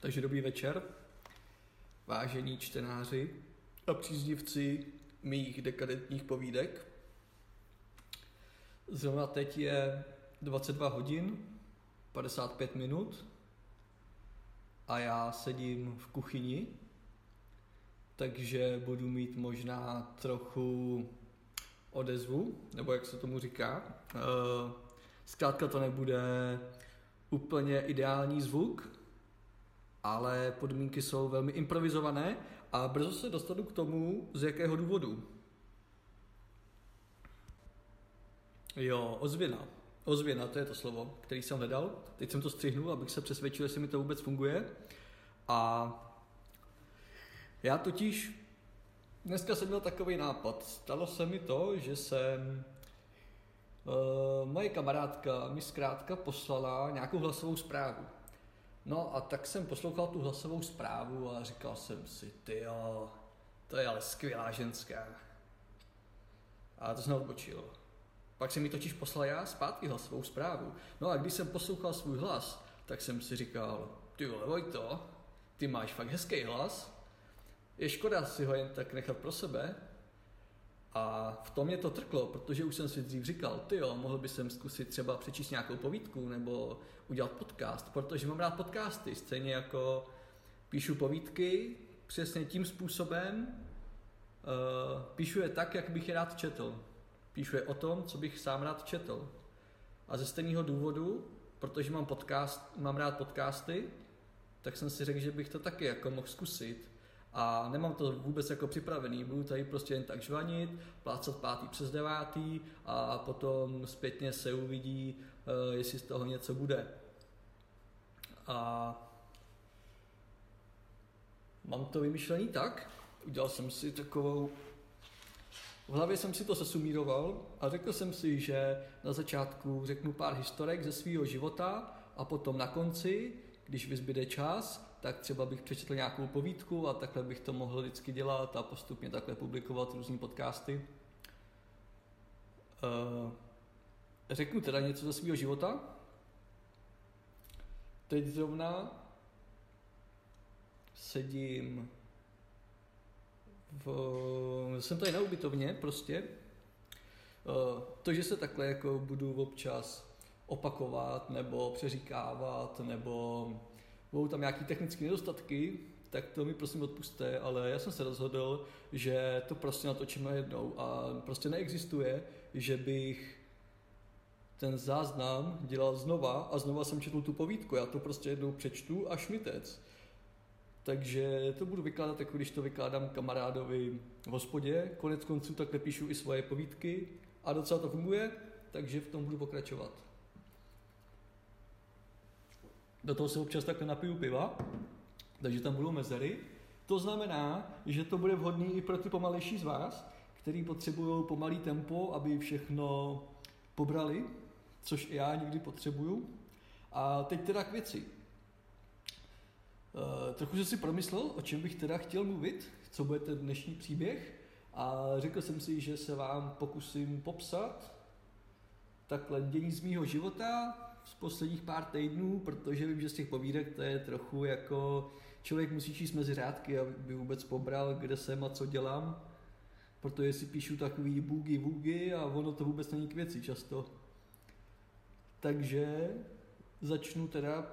Takže dobrý večer, vážení čtenáři a příznivci mých dekadentních povídek. Zrovna teď je 22 hodin, 55 minut a já sedím v kuchyni, takže budu mít možná trochu odezvu, nebo jak se tomu říká. Zkrátka to nebude úplně ideální zvuk, ale podmínky jsou velmi improvizované a brzo se dostanu k tomu, z jakého důvodu. Jo, ozvěna, to je to slovo, který jsem hledal. Teď jsem to střihnul, abych se přesvědčil, jestli mi to vůbec funguje. A já totiž dneska jsem měl takový nápad. Stalo se mi to, že moje kamarádka mi zkrátka poslala nějakou hlasovou zprávu. No a tak jsem poslouchal tu hlasovou zprávu a říkal jsem si, tyjo, to je ale skvělá ženská. A to jsem odbočil. Pak jsem mi totiž poslal já zpátky hlasovou zprávu. No a když jsem poslouchal svůj hlas, tak jsem si říkal, ty vole Vojto, ty máš fakt hezký hlas. Je škoda si ho jen tak nechat pro sebe. A v tom mě to trklo, protože už jsem si dřív říkal, tyjo, mohl by jsem zkusit třeba přečíst nějakou povídku nebo udělat podcast, protože mám rád podcasty, stejně jako píšu povídky přesně tím způsobem, píšu je tak, jak bych je rád četl. Píšu je o tom, co bych sám rád četl. A ze stejného důvodu, protože mám rád podcasty, tak jsem si řekl, že bych to taky jako mohl zkusit. A nemám to vůbec jako připravený, budu tady prostě jen tak žvanit, plácat 5. přes 9. a potom zpětně se uvidí, jestli z toho něco bude. A mám to vymyšlený tak, udělal jsem si takovou, v hlavě jsem si to sesumíroval a řekl jsem si, že na začátku řeknu pár historek ze svého života a potom na konci, když vyzbyde čas, tak třeba bych přečetl nějakou povídku a takhle bych to mohl vždycky dělat a postupně takhle publikovat různý podcasty. Řeknu teda něco ze svého života. Teď zrovna sedím jsem tady na ubytovně prostě. To, že se takhle jako budu občas opakovat nebo přeříkávat nebo budou tam nějaké technické nedostatky, tak to mi prosím odpusťte, ale já jsem se rozhodl, že to prostě natočíme jednou a prostě neexistuje, že bych ten záznam dělal znova a znova jsem četl tu povídku, já to prostě jednou přečtu a šmitec. Takže to budu vykládat, jako když to vykládám kamarádovi v hospodě, konec konců takhle píšu i svoje povídky a docela to funguje, takže v tom budu pokračovat. Do toho se občas takhle napiju piva, takže tam budou mezery. To znamená, že to bude vhodný i pro ty pomalejší z vás, kteří potřebují pomalý tempo, aby všechno pobrali, což i já někdy potřebuju. A teď teda k věci. Trochu jsem si promyslel, o čem bych teda chtěl mluvit, co bude ten dnešní příběh a řekl jsem si, že se vám pokusím popsat takhle dění z mýho života z posledních pár týdnů, protože vím, že z těch povídek to je trochu jako člověk musí číst mezi řádky, aby vůbec pobral, kde jsem a co dělám, protože si píšu takový boogie a ono to vůbec není k věci často. Takže začnu teda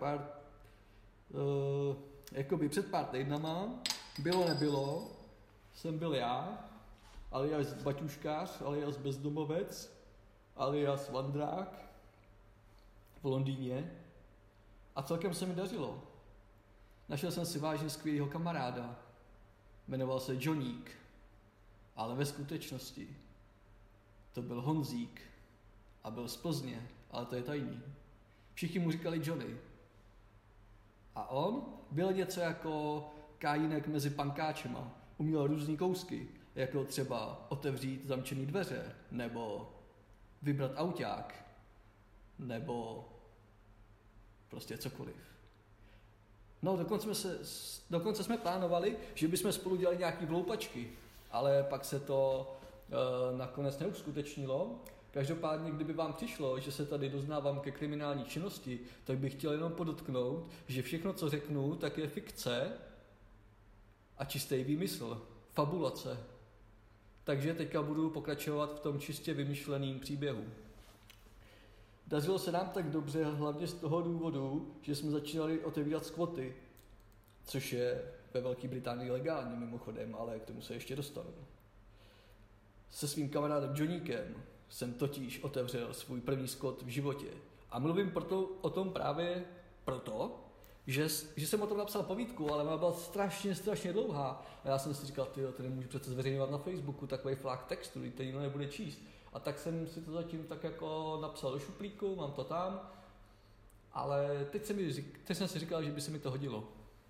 jakoby před pár týdnama, bylo nebylo, jsem byl já, alias baťuškář, alias bezdomovec, alias vandrák v Londýně a celkem se mi dařilo. Našel jsem si vážně skvělého kamaráda, jmenoval se Johník, ale ve skutečnosti to byl Honzík a byl z Plzně, ale to je tajný. Všichni mu říkali Johnny. A on byl něco jako Kajínek mezi pankáčema. Uměl různý kousky, jako třeba otevřít zamčený dveře, nebo vybrat auták, nebo prostě cokoliv. No, dokonce jsme plánovali, že bychom spolu dělali nějaký vloupačky, ale pak se to nakonec neuskutečnilo Každopádně, kdyby vám přišlo, že se tady doznávám ke kriminální činnosti, tak bych chtěl jenom podotknout, že všechno, co řeknu, tak je fikce a čistý výmysl, fabulace. Takže teďka budu pokračovat v tom čistě vymyšleným příběhu. Dařilo se nám tak dobře hlavně z toho důvodu, že jsme začínali otevírat skvoty, což je ve Velké Británii legální mimochodem, ale k tomu se ještě dostanu. Se svým kamarádem Johnníkem jsem totiž otevřel svůj první skvot v životě. A mluvím o tom právě proto, že jsem o tom napsal povídku, ale ona byla strašně dlouhá. A já jsem si říkal, to nemůžu přece zveřejňovat na Facebooku, takový flák textu, to nikdo nebude číst. A tak jsem si to zatím tak jako napsal do šuplíku, mám to tam, ale teď jsem si říkal, že by se mi to hodilo.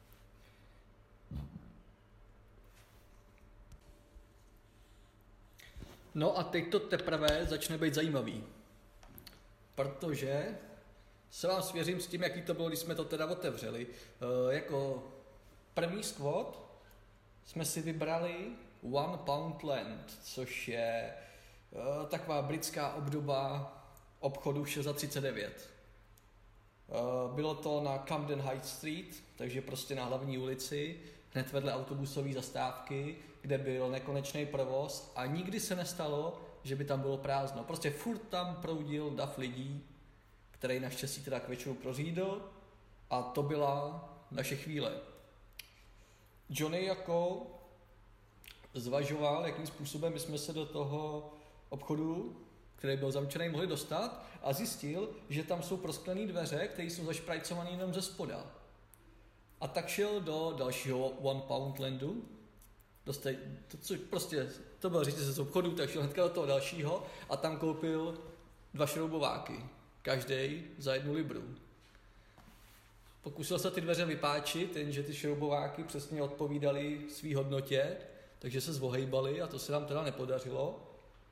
No a teď to teprve začne být zajímavý, protože se vám svěřím s tím, jaký to bylo, když jsme to teda otevřeli. Jako první skvot jsme si vybrali One Pound Land, což je taková britská obdoba obchodu 639. Bylo to na Camden High Street, takže prostě na hlavní ulici, hned vedle autobusové zastávky, kde byl nekonečný provoz a nikdy se nestalo, že by tam bylo prázdno. Prostě furt tam proudil dav lidí, který naštěstí teda k večeru prořídl a to byla naše chvíle. Johnny jako zvažoval, jakým způsobem my jsme se do toho obchodu, který byl zamčený, mohli dostat a zjistil, že tam jsou prosklené dveře, které jsou zašprajcované jenom ze spoda. A tak šel do dalšího One Pound Landu, to byl řetězec z obchodu, tak šel hnedka do toho dalšího a tam koupil 2 šroubováky, každý za 1 libru. Pokusil se ty dveře vypáčit, jenže ty šroubováky přesně odpovídaly svý hodnotě, takže se zvohejbali a to se nám teda nepodařilo.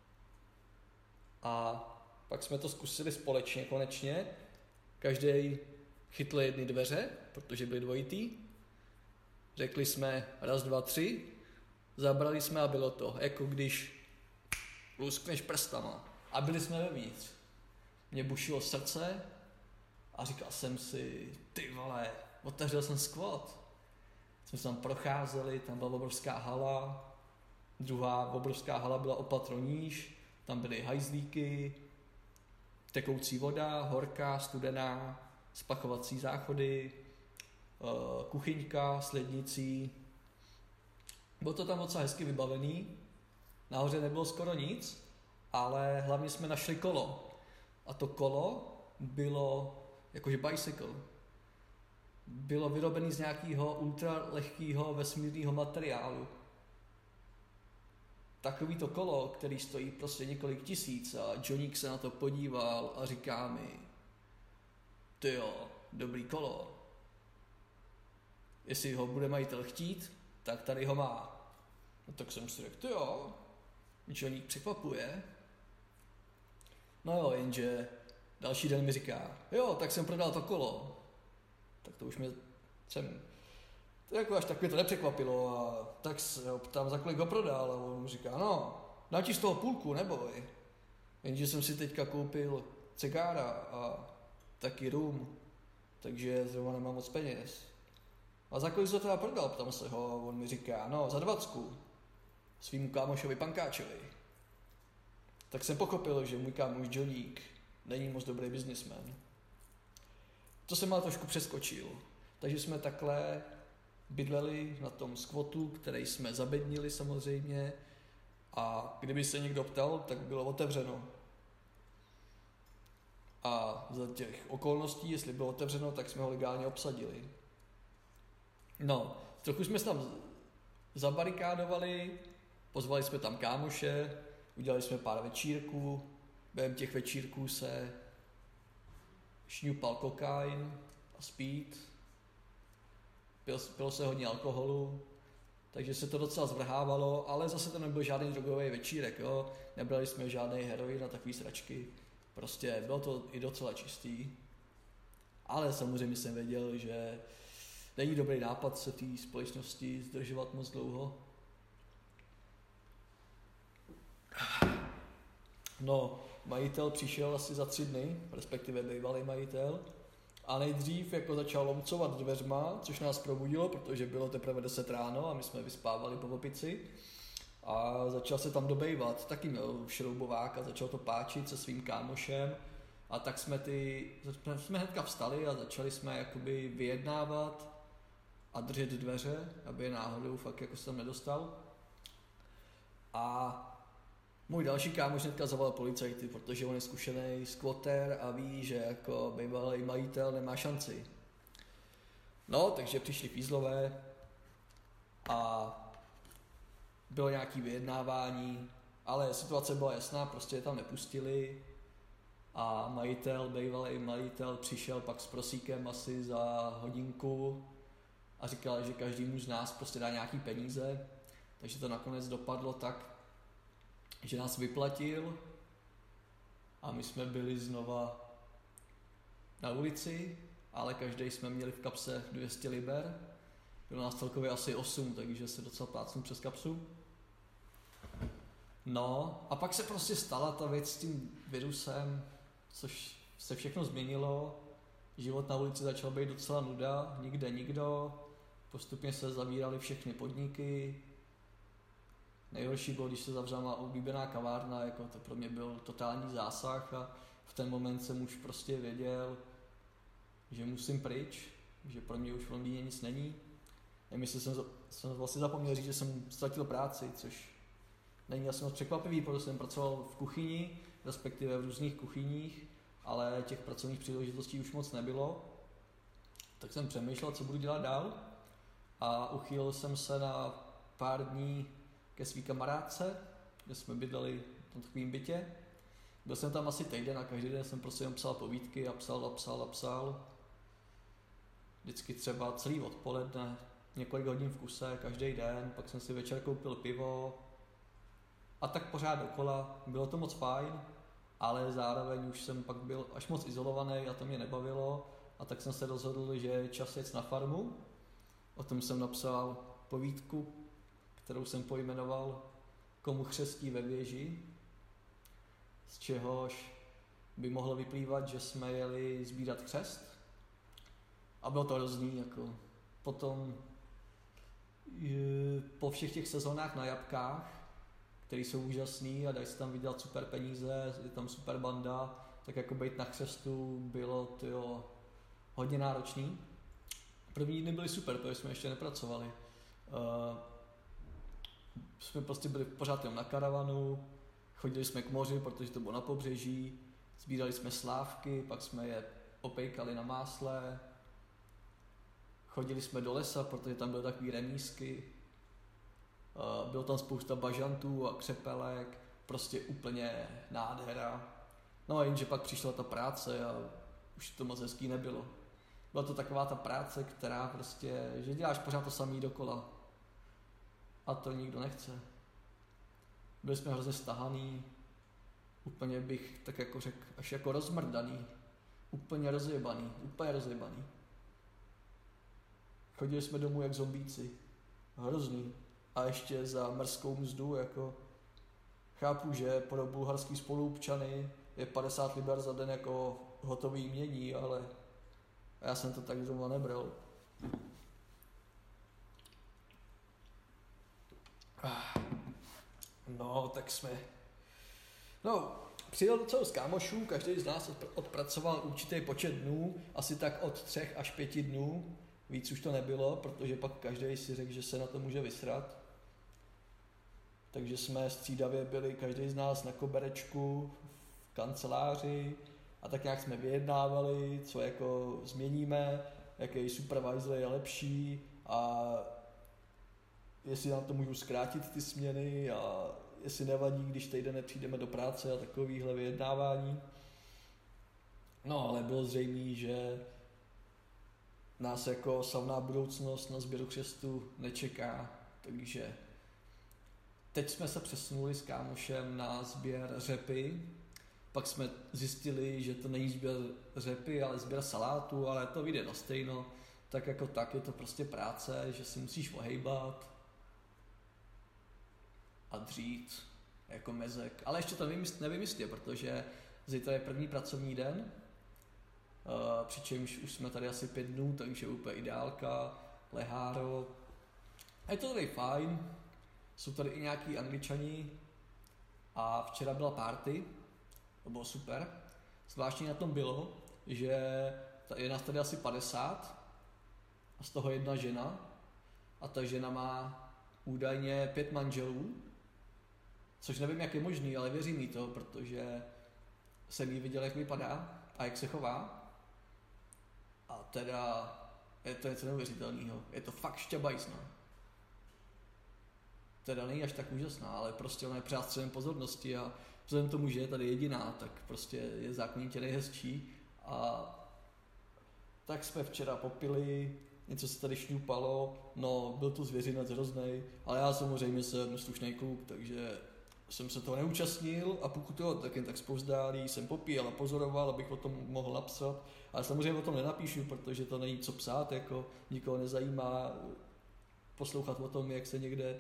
A pak jsme to zkusili společně konečně. Každý chytl 1 dveře, protože byly dvojitý. Řekli jsme 1, 2, 3. Zabrali jsme a bylo to, jako když luskneš prstama. A byli jsme vevnitř. Mě bušilo srdce a říkal jsem si, ty vole, otevřel jsem skvot. Jsme se tam procházeli, tam byla obrovská hala. Druhá obrovská hala byla o patro níž. Tam byly hajzlíky, tekoucí voda, horká, studená, spachovací záchody, kuchyňka s lednicí. Bylo to tam docela hezky vybavený. Nahoře nebylo skoro nic, ale hlavně jsme našli kolo. A to kolo bylo jakože bicycle. Bylo vyrobené z nějakého ultralehkého vesmírného materiálu. Takový to kolo, který stojí prostě několik tisíc a Johnník se na to podíval a říká mi, tyjo, dobrý kolo. Jestli ho bude majitel chtít, tak tady ho má. No tak jsem si řekl, tyjo, Johnník překvapuje. No jo, jenže další den mi říká, jo, tak jsem prodal to kolo. Tak to už to jako až tak mě to nepřekvapilo a tak se ho ptám, za kolik ho prodal a on mu říká, no, dám ti z toho půlku, neboj. Jenže jsem si teďka koupil cigára a taky rum, takže zrovna nemám moc peněz. A za kolik jsi to teda prodal, ptám se ho a on mi říká, no, za 20 svýmu kámošovi Pankáčovi. Tak jsem pochopil, že můj kámoš Johnník není moc dobrý businessman. To jsem ale trošku přeskočil. Takže jsme takhle bydleli na tom skvotu, který jsme zabednili samozřejmě a kdyby se někdo ptal, tak bylo otevřeno. A za těch okolností, jestli bylo otevřeno, tak jsme ho legálně obsadili. No, trochu jsme se tam zabarikádovali, pozvali jsme tam kámoše, udělali jsme pár večírků, během těch večírků se šňupal kokain a speed, pilo se hodně alkoholu, takže se to docela zvrhávalo, ale zase to nebyl žádný drogový večírek, jo? Nebrali jsme žádný heroin a takový sračky, prostě bylo to i docela čistý, ale samozřejmě jsem věděl, že není dobrý nápad se v té společnosti zdržovat moc dlouho. No, majitel přišel asi za 3 dny, respektive bývalý majitel, a nejdřív jako začal lomcovat dveřma, což nás probudilo, protože bylo teprve 10 ráno a my jsme vyspávali po opici. A začal se tam dobejvat, taky měl šroubovák a začal to páčit se svým kámošem. A tak jsme hnedka vstali a začali jsme jakoby vyjednávat a držet dveře, aby je náhodou fakt jako se tam nedostal. A můj další kámoš hnedka zavolal policajty, protože on je zkušený squatter a ví, že jako bývalý majitel nemá šanci. No, takže přišli fízlové a bylo nějaké vyjednávání, ale situace byla jasná, prostě je tam nepustili a bývalý majitel přišel pak s prosíkem asi za hodinku a říkal, že každému z nás prostě dá nějaký peníze, takže to nakonec dopadlo tak, že nás vyplatil a my jsme byli znova na ulici, ale každý jsme měli v kapse 200 liber. Bylo nás celkově asi 8, takže se docela plácnu přes kapsu. No a pak se prostě stala ta věc s tím virusem, což se všechno změnilo. Život na ulici začal být docela nuda, nikde nikdo. Postupně se zavíraly všechny podniky. Nejhorší bylo, když se zavřela má oblíbená kavárna, jako to pro mě byl totální zásah a v ten moment jsem už prostě věděl, že musím pryč, že pro mě už v Londýně nic není. Jsem vlastně zapomněl říct, že jsem ztratil práci, což není asi moc překvapivý, protože jsem pracoval v kuchyni, respektive v různých kuchyních, ale těch pracovních příležitostí už moc nebylo. Tak jsem přemýšlel, co budu dělat dál a uchýlil jsem se na pár dní ke svý kamarádce, kde jsme bydleli v tom takovém bytě. Byl jsem tam asi týden a každý den jsem prostě jen psal povídky a psal. Vždycky třeba celý odpoledne, několik hodin v kuse, každý den, pak jsem si večer koupil pivo a tak pořád dokola. Bylo to moc fajn, ale zároveň už jsem pak byl až moc izolovaný a to mě nebavilo a tak jsem se rozhodl, že je čas jet na farmu. O tom jsem napsal povídku, kterou jsem pojmenoval Komu chřestí ve věži, z čehož by mohlo vyplývat, že jsme jeli sbírat křest. A bylo to hrozný, jako potom po všech těch sezónách na jabkách, které jsou úžasný a dají se tam vydělat super peníze, je tam super banda, tak jako být na křestu bylo hodně náročný. První dny byly super, protože jsme ještě nepracovali. Jsme prostě byli pořád jenom na karavanu, chodili jsme k moři, protože to bylo na pobřeží, sbírali jsme slávky, pak jsme je opejkali na másle, chodili jsme do lesa, protože tam byly takový remízky, bylo tam spousta bažantů a křepelek, prostě úplně nádhera. No a jenže pak přišla ta práce a už to moc hezký nebylo. Byla to taková ta práce, která prostě, že děláš pořád to samý dokola. A to nikdo nechce. Byli jsme hrozně stahaný, úplně bych tak jako řekl, až jako rozmrdaný, úplně rozjebaný. Chodili jsme domů jak zombíci, hrozný. A ještě za mrzkou mzdu, jako chápu, že pro bulharský spoluobčany je 50 liber za den jako hotový jmění, ale já jsem to tak zrovna nebral. No, tak jsme... No, přijel docela z kámošů, každý z nás odpracoval určitý počet dnů, asi tak od 3 až 5 dnů. Víc už to nebylo, protože pak každý si řekl, že se na to může vysrat. Takže jsme střídavě byli každý z nás na koberečku v kanceláři a tak nějak jsme vyjednávali, co jako změníme, jaký supervisor je lepší a jestli na to můžu zkrátit ty směny a jestli nevadí, když týden nepřijdeme do práce a takovýhle vyjednávání. No, ale bylo zřejmé, že nás jako slavná budoucnost na sběru křestu nečeká, takže teď jsme se přesunuli s kámošem na sběr řepy, pak jsme zjistili, že to není sběr řepy, ale sběr salátu, ale to vyjde na stejno, tak jako tak je to prostě práce, že si musíš ohejbat a dřít. jako mezek. Ale ještě to nevím jistě, protože zítra je první pracovní den, přičemž už jsme tady asi 5 dnů, takže úplně ideálka, leháro. A je to tady fajn, jsou tady i nějaký Angličani a včera byla party, to bylo super. Zvláštní na tom bylo, že je nás tady asi 50 a z toho jedna žena a ta žena má údajně 5 manželů, což nevím, jak je možný, ale věřím jí to, protože jsem jí viděl, jak vypadá a jak se chová. A teda je to něco neuvěřitelného. Je to fakt šťabajsná. Teda není až tak úžasná, ale prostě ona je přástřelem pozornosti a vzhledem tomu, že je tady jediná, tak prostě je zákonitě nejhezčí. A tak jsme včera popili, něco se tady šňupalo, no byl tu zvěřinec hroznej, ale já samozřejmě jsem slušný kluk, takže jsem se toho neúčastnil a pokud to tak jen tak zpovzdálí, jsem popíjel a pozoroval, abych o tom mohl napsat, ale samozřejmě o tom nenapíšu, protože to není co psát, jako nikoho nezajímá poslouchat o tom, jak se někde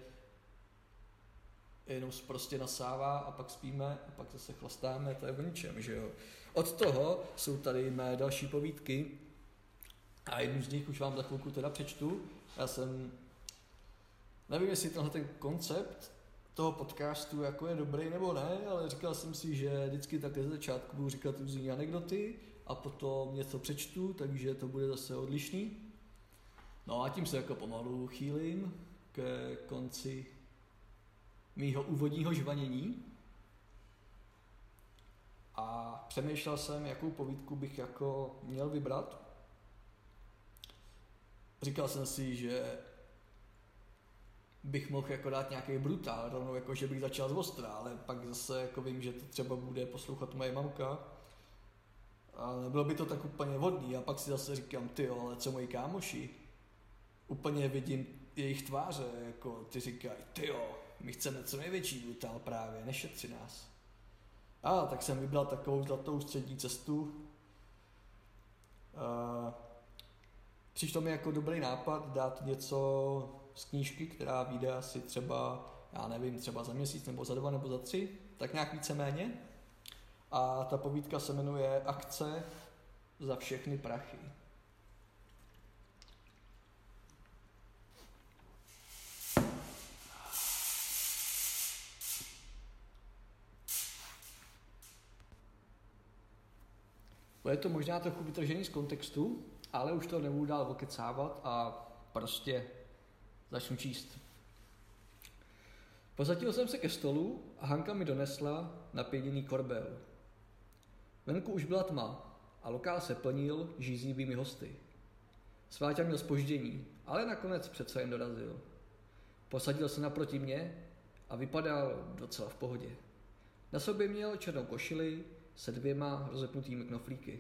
jenom prostě nasává a pak spíme a pak zase chlastáme, to je o ničem, že jo. Od toho jsou tady mé další povídky a jednu z nich už vám za chvilku teda přečtu. Já jsem, nevím, jestli tenhle ten koncept toho podcastu jako je dobrý nebo ne, ale říkal jsem si, že vždycky takhle ze začátku budu říkat různý anekdoty a potom něco přečtu, takže to bude zase odlišný. No a tím se jako pomalu chýlím ke konci mýho úvodního žvanění a přemýšlel jsem, jakou povídku bych jako měl vybrat. Říkal jsem si, že bych mohl jako dát nějaký brutál, rovnou jako, že bych začal z ostra, ale pak zase jako vím, že to třeba bude poslouchat moje mamka a nebylo by to tak úplně vhodný a pak si zase říkám, tyjo, ale co moji kámoši? Úplně vidím jejich tváře, jako ty říkají, tyjo, my chceme co největší brutál právě, nešetři nás. A tak jsem vybral takovou zlatou střední cestu. Přišlo mi jako dobrý nápad dát něco z knížky, která vyjde asi třeba, já nevím, třeba za měsíc, nebo za 2, nebo za 3, tak nějak víceméně. A ta povídka se jmenuje Akce za všechny prachy. Je to možná trochu vytržený z kontextu, ale už to nebudu dál okecávat a prostě začnu číst. Posadil jsem se ke stolu a Hanka mi donesla napěněný korbel. Venku už byla tma a lokál se plnil žízivými hosty. Sváťa měl zpoždění, ale nakonec přece jen dorazil. Posadil se naproti mě a vypadal docela v pohodě. Na sobě měl černou košili se 2 rozepnutými knoflíky.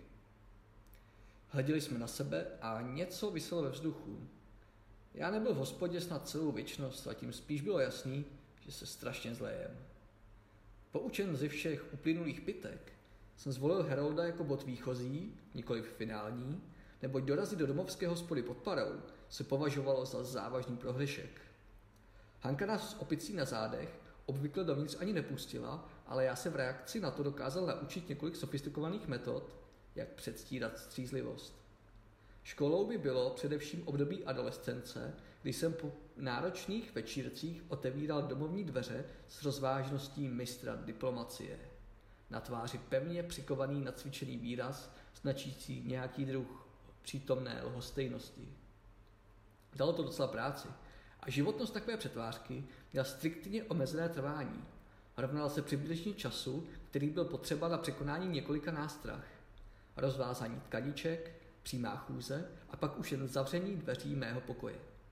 Hleděli jsme na sebe a něco viselo ve vzduchu. Já nebyl v hospodě snad celou věčnost a tím spíš bylo jasný, že se strašně zlejem. Poučen ze všech uplynulých pitek jsem zvolil Herolda jako bod výchozí, nikoliv finální, neboť dorazit do domovské hospody pod parou se považovalo za závažný prohřešek. Hanka nás s opicí na zádech obvykle dovnitř ani nepustila, ale já se v reakci na to dokázal naučit několik sofistikovaných metod, jak předstírat střízlivost. Školou by bylo především období adolescence, kdy jsem po náročných večírcích otevíral domovní dveře s rozvážností mistra diplomacie. Na tváři pevně přikovaný nacvičený výraz, značící nějaký druh přítomné lhostejnosti. Dalo to docela práci a životnost takové přetvářky měla striktně omezené trvání. Rovnala se přibližně času, který byl potřeba na překonání několika nástrah. Rozvázání tkaniček, přímá chůze a pak už jen zavření dveří mého pokoje.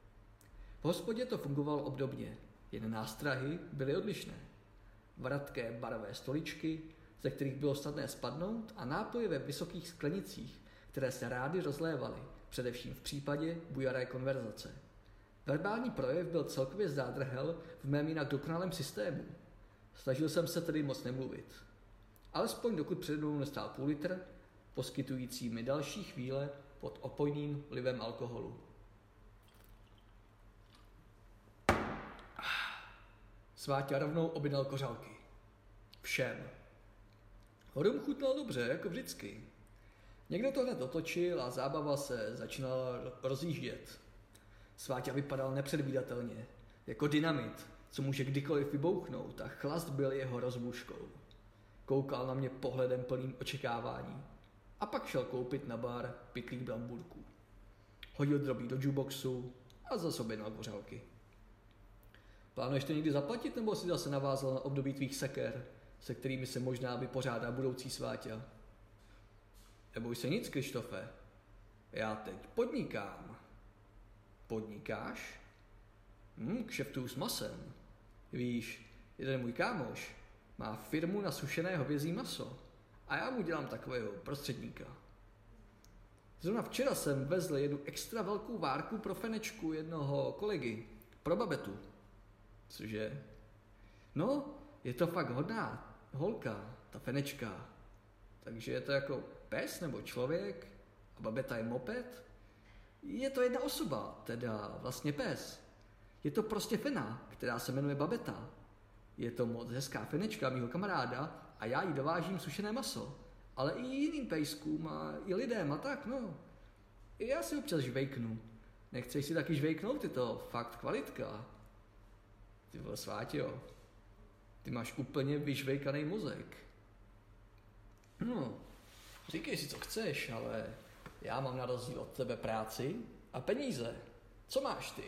V hospodě to fungovalo obdobně, jen nástrahy byly odlišné. Vratké barové stoličky, ze kterých bylo snadné spadnout a nápoje ve vysokých sklenicích, které se rády rozlévaly, především v případě bujaré konverzace. Verbální projev byl celkově zádrhel v mém jinak dokonalém systému. Snažil jsem se tedy moc nemluvit. Alespoň dokud přede mnou nestál půl litr, poskytující mi další chvíle pod opojným vlivem alkoholu. Sváťa rovnou objednal kořalky. Všem. Rum chutnal dobře, jako vždycky. Někdo to hned otočil a zábava se začínala rozjíždět. Sváťa vypadal nepředvídatelně, jako dynamit, co může kdykoliv vybouchnout, a chlast byl jeho rozbuškou. Koukal na mě pohledem plným očekávání a pak šel koupit na bar pytlík bramburků. Hodil drobí do jukeboxu a zase objednal kořálky. Plánuješ to někdy zaplatit, nebo si zase navázal na období tvých seker, se kterými se možná vypořádá budoucí Sváťa? Neboj se nic, Krištofe. Já teď podnikám. Podnikáš? Kšeftuju s masem. Víš, jeden můj kámoš má firmu na sušené hovězí maso a já mu dělám takového prostředníka. Zrovna včera jsem vezl jednu extra velkou várku pro Fenečku jednoho kolegy, pro Babetu. Cože? No, je to fakt hodná holka, ta Fenečka. Takže je to jako pes nebo člověk a Babeta je moped? Je to jedna osoba, teda vlastně pes. Je to prostě Fena, která se jmenuje Babeta. Je to moc hezká Fenečka mýho kamaráda a já jí dovážím sušené maso. Ale i jiným pejskům a i lidem a tak, no. I já si občas žvejknu. Nechceš si taky žvejknout, je to fakt kvalitka. Ty vole, Sváťo, ty máš úplně vyžvejkaný mozek. No, říkej si, co chceš, ale já mám na rozdíl od tebe práci a peníze. Co máš ty?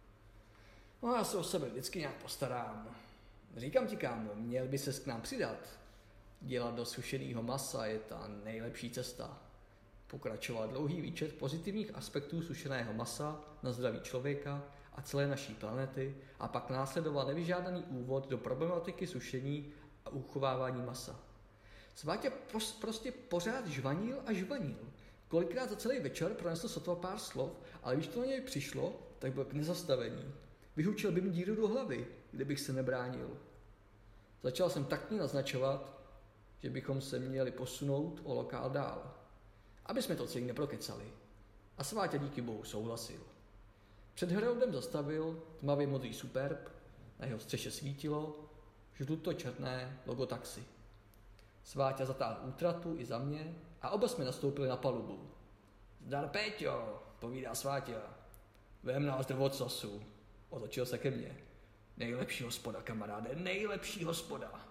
No, já se o sebe vždycky nějak postarám. Říkám ti, kámo, měl by ses k nám přidat. Dělat do sušeného masa je ta nejlepší cesta. Pokračoval dlouhý výčet pozitivních aspektů sušeného masa na zdraví člověka a celé naší planety a pak následoval nevyžádaný úvod do problematiky sušení a uchovávání masa. Sváťa prostě pořád žvanil a žvanil. Kolikrát za celý večer pronesl sotva pár slov, ale když to na něj přišlo, tak byl k nezastavení. Vyhučil by mi díru do hlavy, kdybych se nebránil. Začal jsem taktně naznačovat, že bychom se měli posunout o lokál dál, aby jsme to celý neprokecali. A Sváťa díky bohu souhlasil. Před hroudem zastavil tmavě modrý Superb, na jeho střeše svítilo žluto-černé logo taxi. Sváťa zatáhl útratu i za mě a oba jsme nastoupili na palubu. Zdar, Péťo, povídá Sváťa. Vem nás do odsasu. Otočil se ke mně. Nejlepší hospoda, kamaráde, nejlepší hospoda.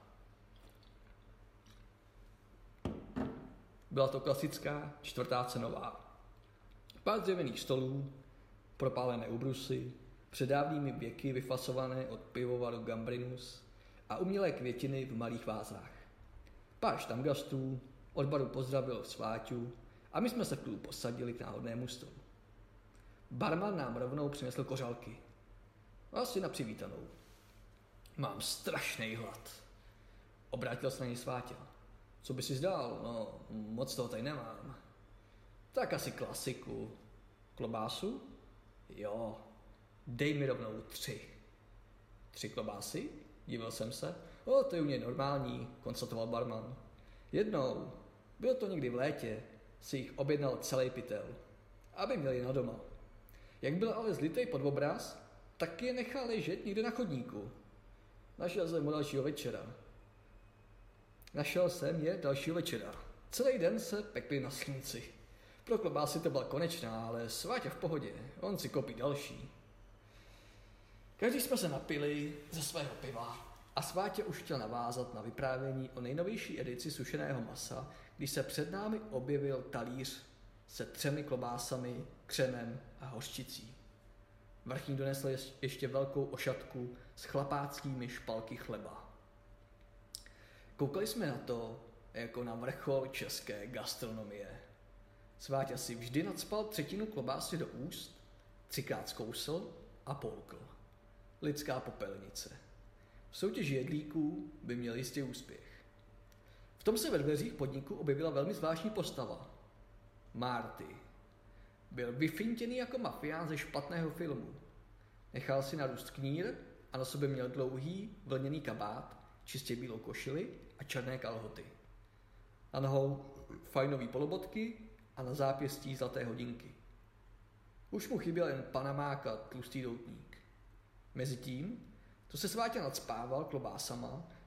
Byla to klasická 4. cenová. Pár dřevěných stolů, propálené ubrusy, před dávnými věky vyfasované od pivovaru Gambrinus a umělé květiny v malých vázách. Pár štamgastů, od baru pozdravil Sváťu a my jsme se v klubu posadili k náhodnému stolu. Barman nám rovnou přinesl kořálky. Asi na přivítanou. Mám strašný hlad. Obrátil se na něj Sváťa. Co by si zdál? No, moc toho tady nemám. Tak asi klasiku. Klobásu? Jo. Dej mi rovnou 3. 3 klobásy? Divil jsem se. O, to je u něj normální, konstatoval barman. Jednou, bylo to někdy v létě, si jich objednal celý pytel, aby měli na doma. Jak byl ale zlitej pod obraz, tak je nechal ležet někde na chodníku. Našel jsem je dalšího večera. Celý den se pekli na slunci. Pro klobásy to byla konečná, ale Sváťa v pohodě, on si kopí další. Každý jsme se napili ze svého piva a Sváťa už chtěl navázat na vyprávění o nejnovější edici sušeného masa, když se před námi objevil talíř se 3 klobásami, křemem a hořčicí. Vrchní donesl ještě velkou ošatku s chlapáckými špalky chleba. Koukali jsme na to jako na vrchol české gastronomie. Sváťa si vždy nacpal 1/3 klobásy do úst, 3krát zkousl a polkl. Lidská popelnice. V soutěži jedlíků by měl jistě úspěch. V tom se ve dveřích podniku objevila velmi zvláštní postava. Marty. Byl vyfintěný jako mafián ze špatného filmu. Nechal si narůst knír a na sobě měl dlouhý vlněný kabát, čistě bílou košili a černé kalhoty. Na nohou fajnový polobotky a na zápěstí zlaté hodinky. Už mu chyběl jen panamák a tlustý doutník. Mezitím, co se Sváťa nadspával klobásama,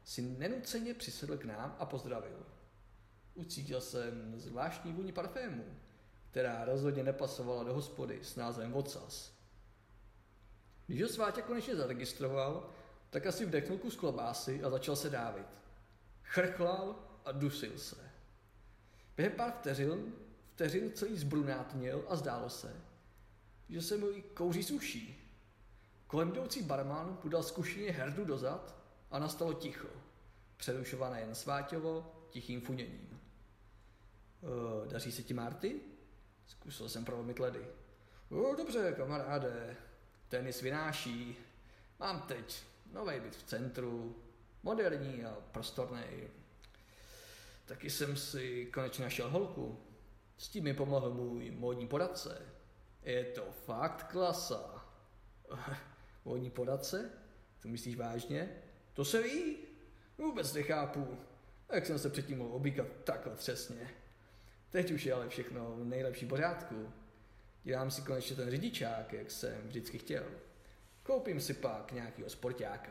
si nenuceně přisedl k nám a pozdravil. Ucítil jsem zvláštní vůni parfému, která rozhodně nepasovala do hospody s názvem Vocas. Když ho Sváťa konečně zaregistroval, tak asi vdechnul kus klobásy a začal se dávit. Chrchlal a dusil se. Během pár vteřin celý zbrunátněl a zdálo se, že se mu i kouří z uší. Kolem jdoucí barman podal zkušeně herdu dozad a nastalo ticho, přerušované jen Sváťovo tichým funěním. Daří se ti, Marty? Zkusil jsem prolomit ledy. Dobře, kamaráde, tenis vynáší. Mám teď nový byt v centru, moderní a prostorný. Taky jsem si konečně našel holku. S tím mi pomohl můj módní poradce. Je to fakt klasa. Módní poradce? To myslíš vážně? To se ví? Vůbec nechápu. Jak jsem se předtím mohl obíkat takhle přesně. Teď už je ale všechno v nejlepší pořádku. Dělám si konečně ten řidičák, jak jsem vždycky chtěl. Koupím si pak nějakýho sportáka.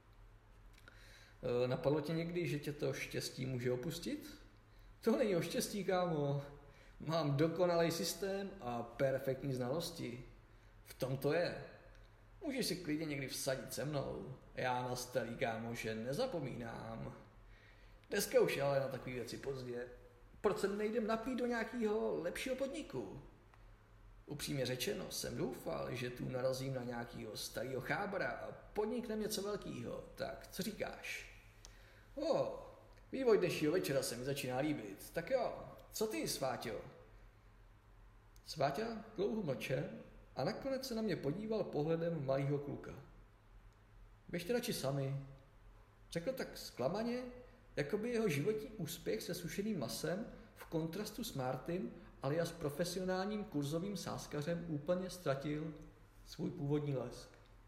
Napadlo tě někdy, že tě to štěstí může opustit? To není o štěstí, kámo. Mám dokonalý systém a perfektní znalosti. V tom to je. Můžeš si klidně někdy vsadit se mnou. Já na starý, kámo, že nezapomínám. Dneska už je ale na takové věci pozdě. Proč se nejdem napít do nějakého lepšího podniku? Upřímně řečeno, jsem doufal, že tu narazím na nějakého starého chábra a podniknem něco velkého. Tak, co říkáš? Vývoj dnešního večera se mi začíná líbit. Tak jo, co ty, Sváťo? Sváťa dlouho mlčel a nakonec se na mě podíval pohledem malého kluka. Běžte radši sami. Řekl tak zklamaně, jako by jeho životní úspěch se sušeným masem v kontrastu s Martym alias profesionálním kurzovým sázkařem úplně ztratil svůj původní lesk.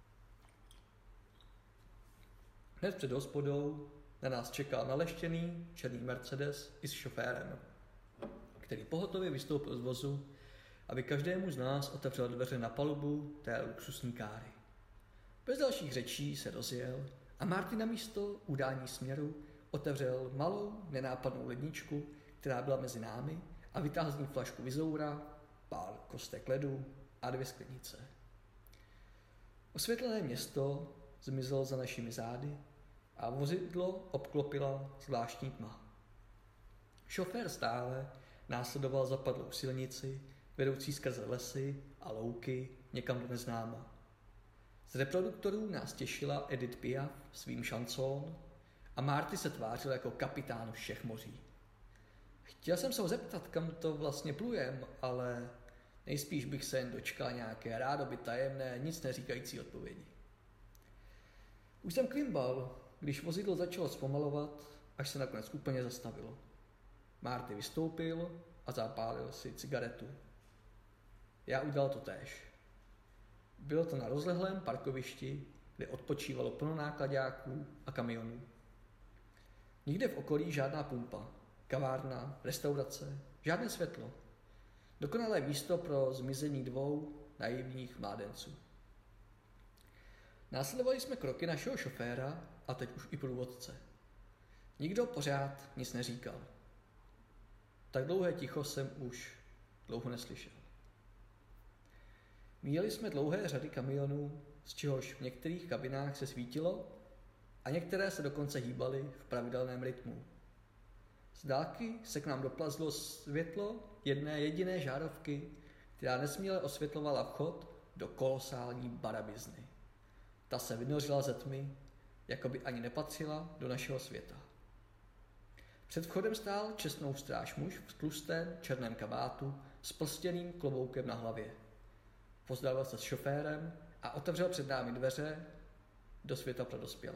Hned před hospodou na nás čekal naleštěný černý Mercedes i s šoférem, který pohotově vystoupil z vozu, aby každému z nás otevřel dveře na palubu té luxusní káry. Bez dalších řečí se rozjel a Marty na místo udání směru otevřel malou, nenápadnou ledničku, která byla mezi námi, a vytáhl z ní flašku Vizoura, pár kostek ledu a 2 sklenice. Osvětlené město zmizelo za našimi zády a vozidlo obklopila zvláštní tma. Šofér stále následoval zapadlou silnici, vedoucí skrze lesy a louky někam do neznáma. Z reproduktorů nás těšila Edith Piaf svým šanson a Marty se tvářil jako kapitán všech moří. Chtěl jsem se ho zeptat, kam to vlastně plujem, ale nejspíš bych se jen dočkal nějaké rádoby tajemné, nic neříkající odpovědi. Už jsem klimbal, když vozidlo začalo zpomalovat, až se nakonec úplně zastavilo. Marty vystoupil a zapálil si cigaretu. Já udělal to též. Bylo to na rozlehlém parkovišti, kde odpočívalo plno nákladáků a kamionů. Nikde v okolí žádná pumpa, kavárna, restaurace, žádné světlo. Dokonalé místo pro zmizení 2 naivních mládenců. Následovali jsme kroky našeho šoféra a teď už i průvodce. Nikdo pořád nic neříkal. Tak dlouhé ticho jsem už dlouho neslyšel. Míjeli jsme dlouhé řady kamionů, z čehož v některých kabinách se svítilo a některé se dokonce hýbaly v pravidelném rytmu. Z dálky se k nám doplazlo světlo jedné jediné žárovky, která nesměle osvětlovala vchod do kolosální barabizny. Ta se vynořila ze tmy, jako by ani nepatřila do našeho světa. Před vchodem stál čestnou stráž muž v tlustém černém kabátu s plstěným kloboukem na hlavě. Pozdravil se s šoférem a otevřel před námi dveře do světa pro dospělé.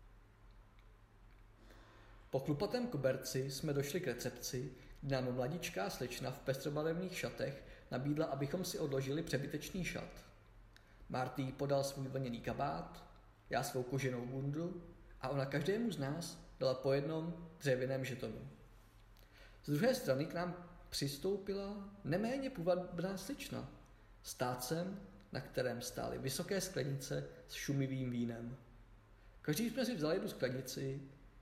Po chlupatém koberci jsme došli k recepci, kde nám mladičká slečna v pestrobarevných šatech nabídla, abychom si odložili přebytečný šat. Marty podal svůj vlněný kabát, já svou koženou bundu a ona každému z nás dala po jednom dřevěném žetonu. Z druhé strany k nám přistoupila neméně půvabná slečna s tácem, na kterém stály vysoké sklenice s šumivým vínem. Každý jsme si vzali jednu sklenici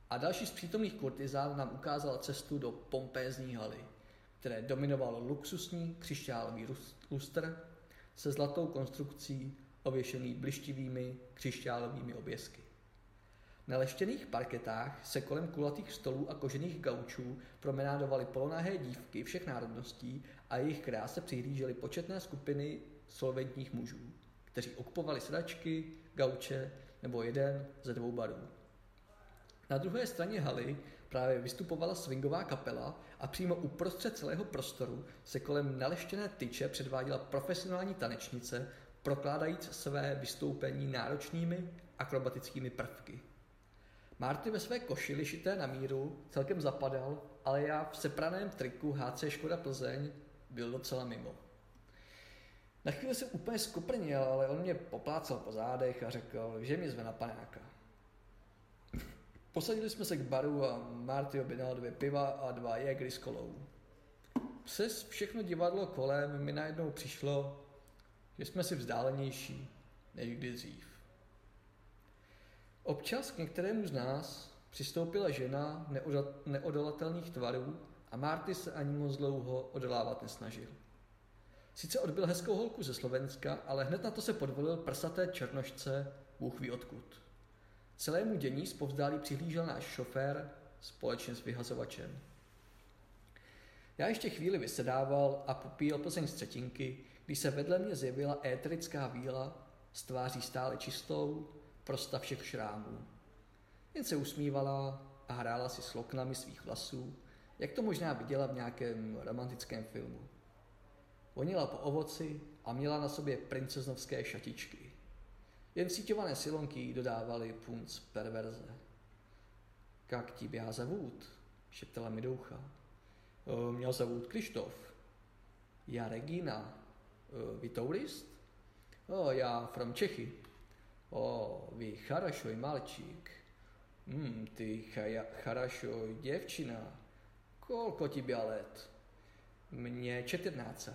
A další z přítomných kurtizán nám ukázala cestu do pompézní haly, které dominoval luxusní křišťálový lustr se zlatou konstrukcí ověšený blištivými křišťálovými oběsky. Na leštěných parketách se kolem kulatých stolů a kožených gaučů promenádovaly polonahé dívky všech národností a jejich kráse přihlížely početné skupiny solventních mužů, kteří okupovali sedačky, gauče nebo jeden ze 2 barů. Na druhé straně haly právě vystupovala swingová kapela a přímo uprostřed celého prostoru se kolem naleštěné tyče předváděla profesionální tanečnice, prokládajíc své vystoupení náročnými akrobatickými prvky. Marty ve své košili šité na míru celkem zapadal, ale já v sepraném triku HC Škoda Plzeň byl docela mimo. Na chvíli jsem úplně skoprněl, ale on mě poplácal po zádech a řekl, že mě zve na panáka. Posadili jsme se k baru a Marty objednal 2 piva a 2 Jägery s kolou. Přes všechno divadlo kolem mi najednou přišlo, že jsme si vzdálenější než kdy dřív. Občas k některému z nás přistoupila žena neodolatelných tvarů a Marty se ani moc dlouho odolávat nesnažil. Sice odbyl hezkou holku ze Slovenska, ale hned na to se podvolil prsaté černošce, Bůh ví odkud. Celému dění zpovzdálí přihlížel náš šofér společně s vyhazovačem. Já ještě chvíli vysedával a popíjel Plzeň z třetinky, když se vedle mě zjevila éterická víla s tváří stále čistou, prosta všech šrámů. Jen se usmívala a hrála si s loknami svých vlasů, jak to možná viděla v nějakém romantickém filmu. Vonila po ovoci a měla na sobě princeznovské šatičky. Jen síťované silonky dodávaly punc perverze. Jak ti běhá zavůd, šeptala mi do ucha. Měl zavůd Krištof. Já Regina. Vy tourist? Já from Čechy. Vy charašoj malčík. Ty charašoj děvčina. Kolko ti běha let? Mně 14.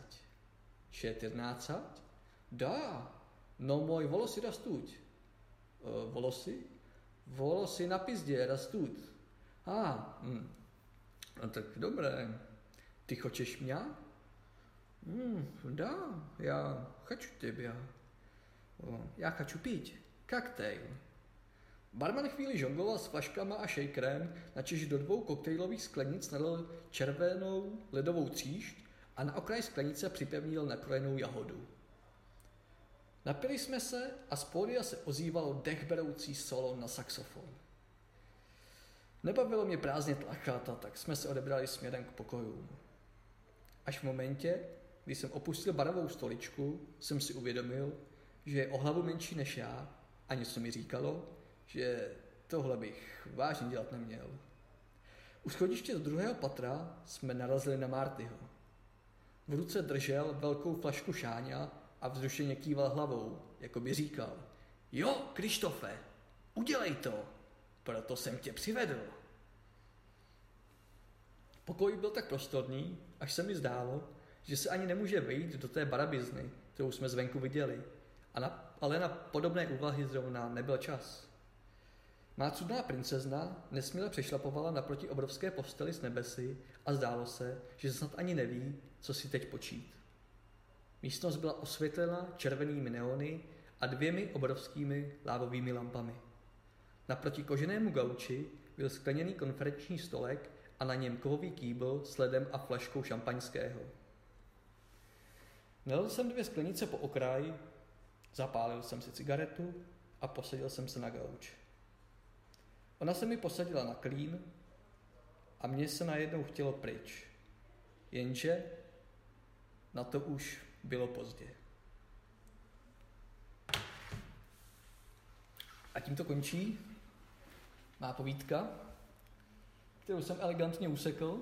14? Dá. No můj volosy rastuť. Volosy? Volosy na pizdě rastuť. No tak dobré. Ty chceš mě? Dá, já хочу тебя. Já хочу pít. Koktejl. Barman chvíli žongloval s flaškama a shakerem, načež do 2 koktejlových sklenic nalil červenou ledovou tříšť a na okraj sklenice připevnil nakrojenou jahodu. Napili jsme se a z pódia se ozývalo dechberoucí solo na saxofon. Nebavilo mě prázdně tlachat, a tak jsme se odebrali směrem k pokojům. Až v momentě, kdy jsem opustil barovou stoličku, jsem si uvědomil, že je o hlavu menší než já a něco mi říkalo, že tohle bych vážně dělat neměl. U schodiště z 2. patra jsme narazili na Martyho. V ruce držel velkou flašku šáňa a vzrušeně kýval hlavou, jako by říkal: Jo, Krištofe, udělej to, proto jsem tě přivedl. Pokoj byl tak prostorný, až se mi zdálo, že se ani nemůže vejít do té barabizny, kterou jsme zvenku viděli, ale na podobné úvahy zrovna nebyl čas. Má cudná princezna nesměle přešlapovala naproti obrovské posteli s nebesy a zdálo se, že snad ani neví, co si teď počít. Místnost byla osvětlena červenými neony a 2 obrovskými lávovými lampami. Naproti koženému gauči byl skleněný konferenční stolek a na něm kovový kýbl s ledem a flaškou šampaňského. Nalil jsem 2 sklenice po okraji, zapálil jsem si cigaretu a posadil jsem se na gauč. Ona se mi posadila na klín a mně se najednou chtělo pryč. Jenže na to už bylo pozdě. A tím to končí má povídka, kterou jsem elegantně usekl,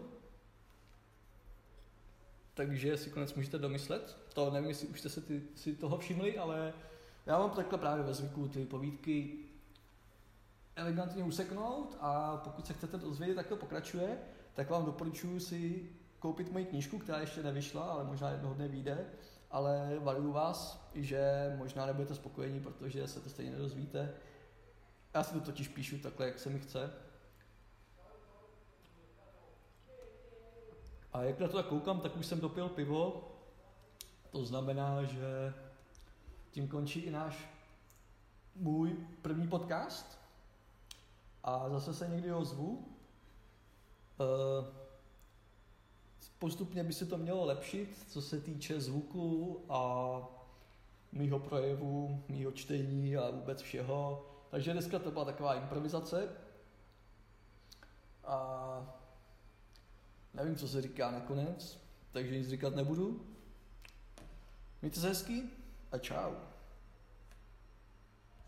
takže si konec můžete domyslet. To nevím, jestli už jste si toho všimli, ale já mám takhle právě ve zvyku ty povídky elegantně useknout, a pokud se chcete dozvědět, jak to pokračuje, tak vám doporučuji si koupit moji knížku, která ještě nevyšla, ale možná jednoho dne vyjde, ale varuju vás, že možná nebudete spokojení, protože se to stejně nedozvíte. Já si to totiž píšu takhle, jak se mi chce. A jak na to tak koukám, tak už jsem dopil pivo. To znamená, že tím končí i můj první podcast. A zase se někdy ozvu. Postupně by se to mělo lepšit, co se týče zvuku a mýho projevu, mýho čtení a vůbec všeho. Takže dneska to byla taková improvizace. A nevím, co se říká nakonec, takže nic říkat nebudu. Mějte se hezky a čau.